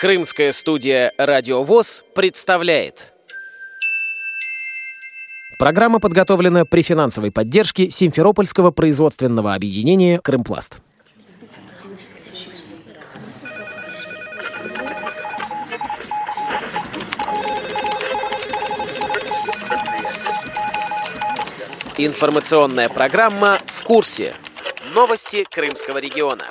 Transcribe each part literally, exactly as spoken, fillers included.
Крымская студия «Радио ВОС» представляет. Программа подготовлена при финансовой поддержке Симферопольского производственного объединения «Крымпласт». Информационная программа «В курсе». Новости Крымского региона.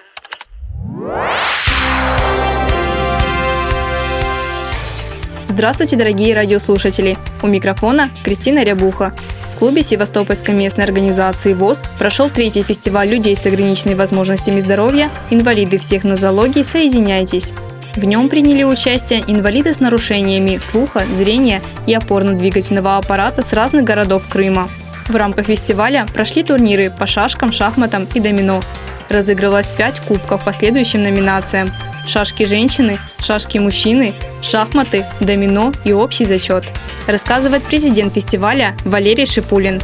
Здравствуйте, дорогие радиослушатели! У микрофона Кристина Рябуха. В клубе Севастопольской местной организации ВОС прошел третий фестиваль людей с ограниченными возможностями здоровья «Инвалиды всех нозологий, соединяйтесь». В нем приняли участие инвалиды с нарушениями слуха, зрения и опорно-двигательного аппарата с разных городов Крыма. В рамках фестиваля прошли турниры по шашкам, шахматам и домино. Разыгрывалось пять кубков по следующим номинациям: шашки женщины, шашки мужчины, шахматы, домино и общий зачет. Рассказывает президент фестиваля Валерий Шипулин.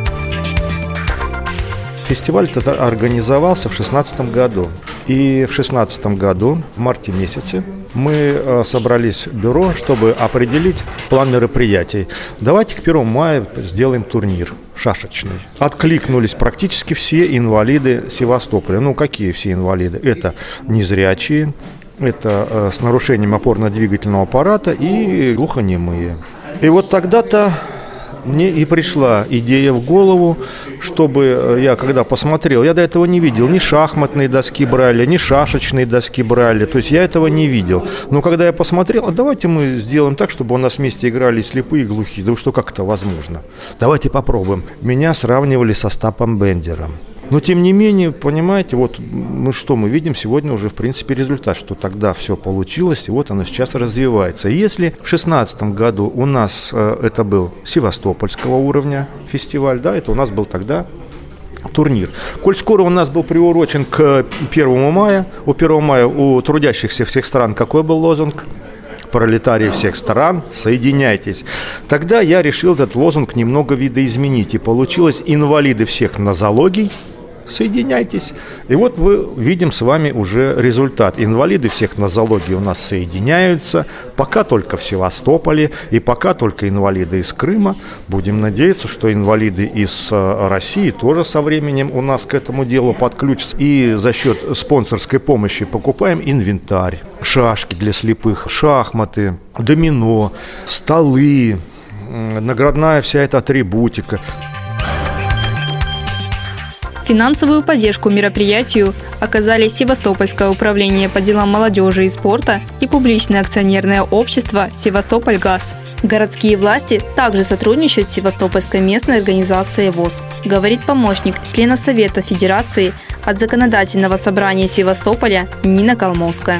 Фестиваль организовался в две тысячи шестнадцатом году. И в две тысячи шестнадцатом году, в марте месяце, мы собрались в бюро, чтобы определить план мероприятий. Давайте к первому мая сделаем турнир шашечный. Откликнулись практически все инвалиды Севастополя. Ну, какие все инвалиды? Это незрячие, это с нарушением опорно-двигательного аппарата и глухонемые. И вот тогда-то мне и пришла идея в голову, чтобы я, когда посмотрел, я до этого не видел ни шахматные доски Брайля, ни шашечные доски Брайля, то есть я этого не видел. Но когда я посмотрел, а давайте мы сделаем так, чтобы у нас вместе играли слепые и глухие. Да что, как это возможно? Давайте попробуем. Меня сравнивали со Остапом Бендером. Но, тем не менее, понимаете, вот мы что мы видим сегодня уже, в принципе, результат, что тогда все получилось, и вот оно сейчас развивается. Если в две тысячи шестнадцатом году у нас э, это был севастопольского уровня фестиваль, да, это у нас был тогда турнир. Коль скоро у нас был приурочен к первому мая, у первого мая у трудящихся всех стран какой был лозунг? Пролетарии всех стран, соединяйтесь. Тогда я решил этот лозунг немного видоизменить, и получилось: инвалиды всех нозологий, соединяйтесь. И вот мы видим с вами уже результат. Инвалиды всех нозологий у нас соединяются, пока только в Севастополе, и пока только инвалиды из Крыма. Будем надеяться, что инвалиды из России тоже со временем у нас к этому делу подключатся. И за счет спонсорской помощи покупаем инвентарь, шашки для слепых, шахматы, домино, столы, наградная вся эта атрибутика. Финансовую поддержку мероприятию оказали Севастопольское управление по делам молодежи и спорта и публичное акционерное общество «Севастопольгаз». Городские власти также сотрудничают с Севастопольской местной организацией ВОС, говорит помощник члена Совета Федерации от Законодательного собрания Севастополя Нина Колмовская.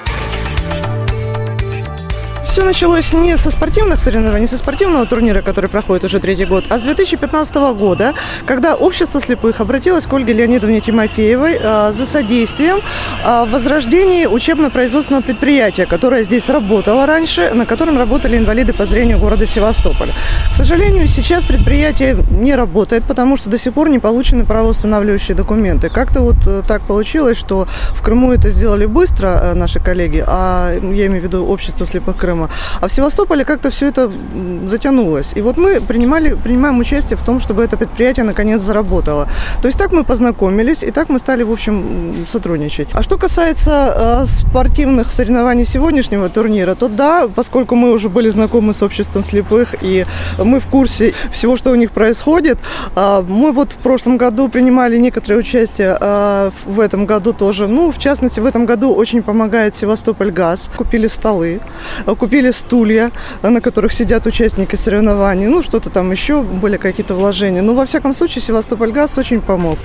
Все началось не со спортивных соревнований, не со спортивного турнира, который проходит уже третий год, а с две тысячи пятнадцатого года, когда общество слепых обратилось к Ольге Леонидовне Тимофеевой э, за содействием э, в возрождении учебно-производственного предприятия, которое здесь работало раньше, на котором работали инвалиды по зрению города Севастополя. К сожалению, сейчас предприятие не работает, потому что до сих пор не получены правоустанавливающие документы. Как-то вот э, так получилось, что в Крыму это сделали быстро э, наши коллеги, а я имею в виду общество слепых Крыма. А в Севастополе как-то все это затянулось. И вот мы принимали, принимаем участие в том, чтобы это предприятие наконец заработало. То есть так мы познакомились, и так мы стали, в общем, сотрудничать. А что касается э, спортивных соревнований сегодняшнего турнира, то да, поскольку мы уже были знакомы с обществом слепых, и мы в курсе всего, что у них происходит, э, мы вот в прошлом году принимали некоторое участие, э, в этом году тоже. Ну, в частности, в этом году очень помогает Севастопольгаз. Купили столы, купили стулья, на которых сидят участники соревнований, ну, что-то там еще, были какие-то вложения. Но, во всяком случае, Севастопольгаз очень помог.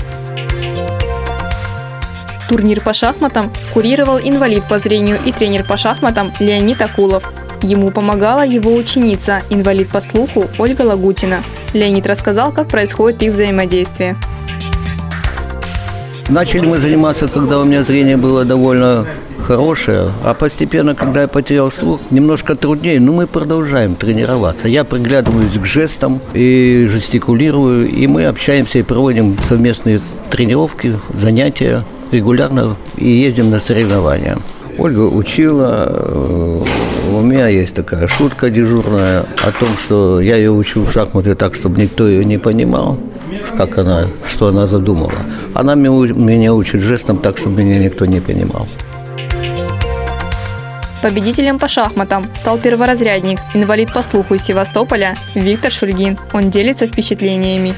Турнир по шахматам курировал инвалид по зрению и тренер по шахматам Леонид Акулов. Ему помогала его ученица, инвалид по слуху Ольга Лагутина. Леонид рассказал, как происходит их взаимодействие. Начали мы заниматься, когда у меня зрение было довольно хорошее, а постепенно, когда я потерял слух, немножко труднее, но мы продолжаем тренироваться. Я приглядываюсь к жестам и жестикулирую, и мы общаемся и проводим совместные тренировки, занятия регулярно и ездим на соревнования. Ольга учила. У меня есть такая шутка дежурная о том, что я ее учу в шахматы так, чтобы никто ее не понимал, как она, что она задумала. Она меня учит жестом так, чтобы меня никто не понимал. Победителем по шахматам стал перворазрядник, инвалид по слуху из Севастополя Виктор Шульгин. Он делится впечатлениями.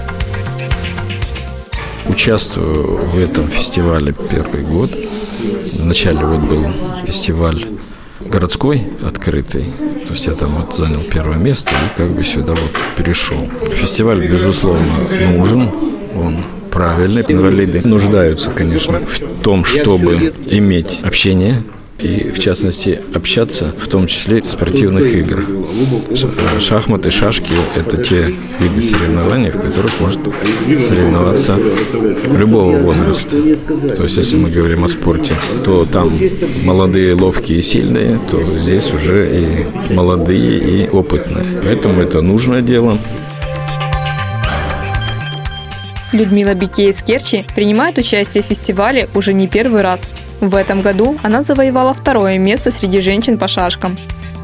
Участвую в этом фестивале первый год. Вначале вот был фестиваль городской, открытый. То есть я там вот занял первое место и как бы сюда вот перешел. Фестиваль, безусловно, нужен. Он правильный. Инвалиды нуждаются, конечно, в том, чтобы иметь общение. И, в частности, общаться, в том числе в спортивных играх. Шахматы, шашки – это те виды соревнований, в которых может соревноваться любого возраста. То есть, если мы говорим о спорте, то там молодые, ловкие и сильные, то здесь уже и молодые, и опытные. Поэтому это нужное дело. Людмила Бикей из Керчи принимает участие в фестивале уже не первый раз. В этом году она завоевала второе место среди женщин по шашкам.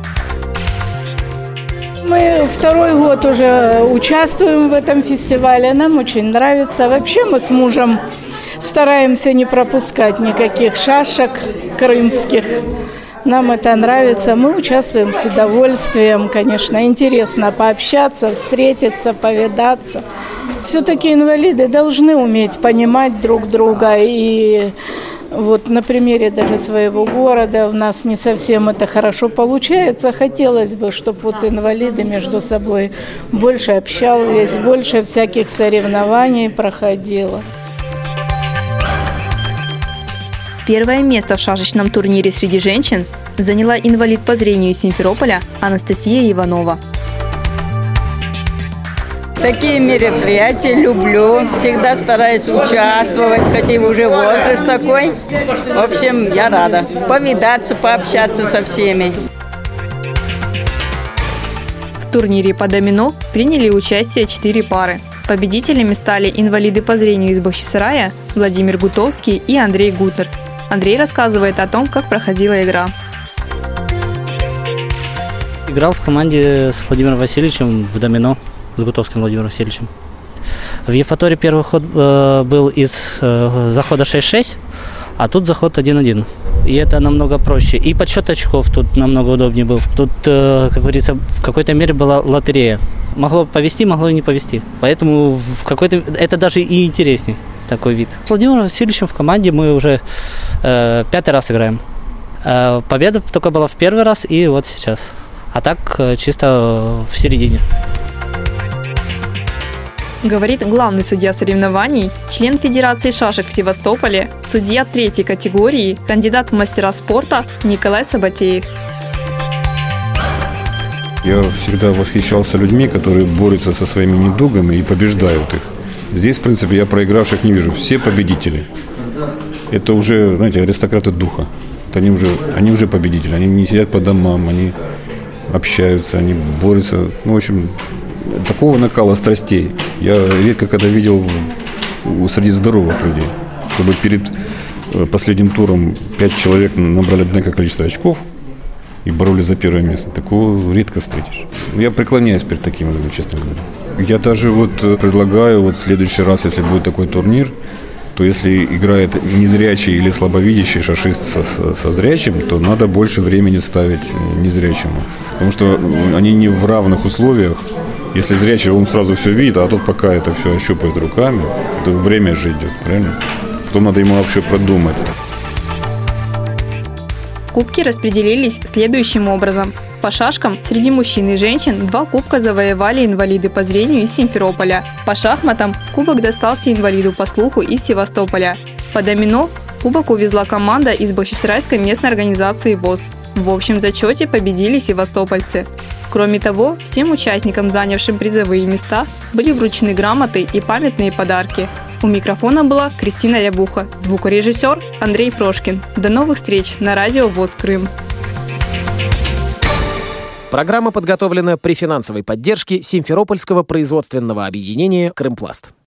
Мы второй год уже участвуем в этом фестивале. Нам очень нравится. Вообще мы с мужем стараемся не пропускать никаких шашек крымских. Нам это нравится. Мы участвуем с удовольствием, конечно. Интересно пообщаться, встретиться, повидаться. Все-таки инвалиды должны уметь понимать друг друга. И вот на примере даже своего города у нас не совсем это хорошо получается. Хотелось бы, чтобы вот инвалиды между собой больше общались, больше всяких соревнований проходило. Первое место в шашечном турнире среди женщин заняла инвалид по зрению из Симферополя Анастасия Иванова. Такие мероприятия люблю, всегда стараюсь участвовать, хотя и уже возраст такой. В общем, я рада повидаться, пообщаться со всеми. В турнире по домино приняли участие четыре пары. Победителями стали инвалиды по зрению из Бахчисарая Владимир Гутовский и Андрей Гутнер. Андрей рассказывает о том, как проходила игра. Играл в команде с Владимиром Васильевичем в домино. С Гутовским Владимиром Васильевичем. В Евпатории первый ход э, был из э, захода шесть шесть, а тут заход один один. И это намного проще. И подсчет очков тут намного удобнее был. Тут, э, как говорится, в какой-то мере была лотерея. Могло повести, могло и не повести. Поэтому в какой-то это даже и интересней, такой вид. С Владимиром Васильевичем в команде мы уже э, пятый раз играем. Э, победа только была в первый раз и вот сейчас. А так э, чисто в середине. Говорит главный судья соревнований, член Федерации шашек в Севастополе, судья третьей категории, кандидат в мастера спорта Николай Сабатеев. Я всегда восхищался людьми, которые борются со своими недугами и побеждают их. Здесь, в принципе, я проигравших не вижу. Все победители. Это уже, знаете, аристократы духа. Это они уже, они уже победители. Они не сидят по домам, они общаются, они борются. Ну, в общем, такого накала страстей я редко когда видел среди здоровых людей. Чтобы перед последним туром пять человек набрали одинаковое количество очков и боролись за первое место. Такого редко встретишь. Я преклоняюсь перед такими людьми, честно говоря. Я даже вот предлагаю вот в следующий раз, если будет такой турнир, то если играет незрячий или слабовидящий шашист со, со зрячим, то надо больше времени ставить незрячему. Потому что они не в равных условиях. Если зрячий, он сразу все видит, а тот пока это все ощупает руками, то время же идет, правильно? Потом надо ему вообще продумать. Кубки распределились следующим образом. По шашкам среди мужчин и женщин два кубка завоевали инвалиды по зрению из Симферополя. По шахматам кубок достался инвалиду по слуху из Севастополя. По домино кубок увезла команда из Бахчисарайской местной организации ВОС. В общем зачете победили севастопольцы. Кроме того, всем участникам, занявшим призовые места, были вручены грамоты и памятные подарки. У микрофона была Кристина Рябуха, звукорежиссер Андрей Прошкин. До новых встреч на радио ВОС Крым. Программа подготовлена при финансовой поддержке Симферопольского производственного объединения «Крымпласт».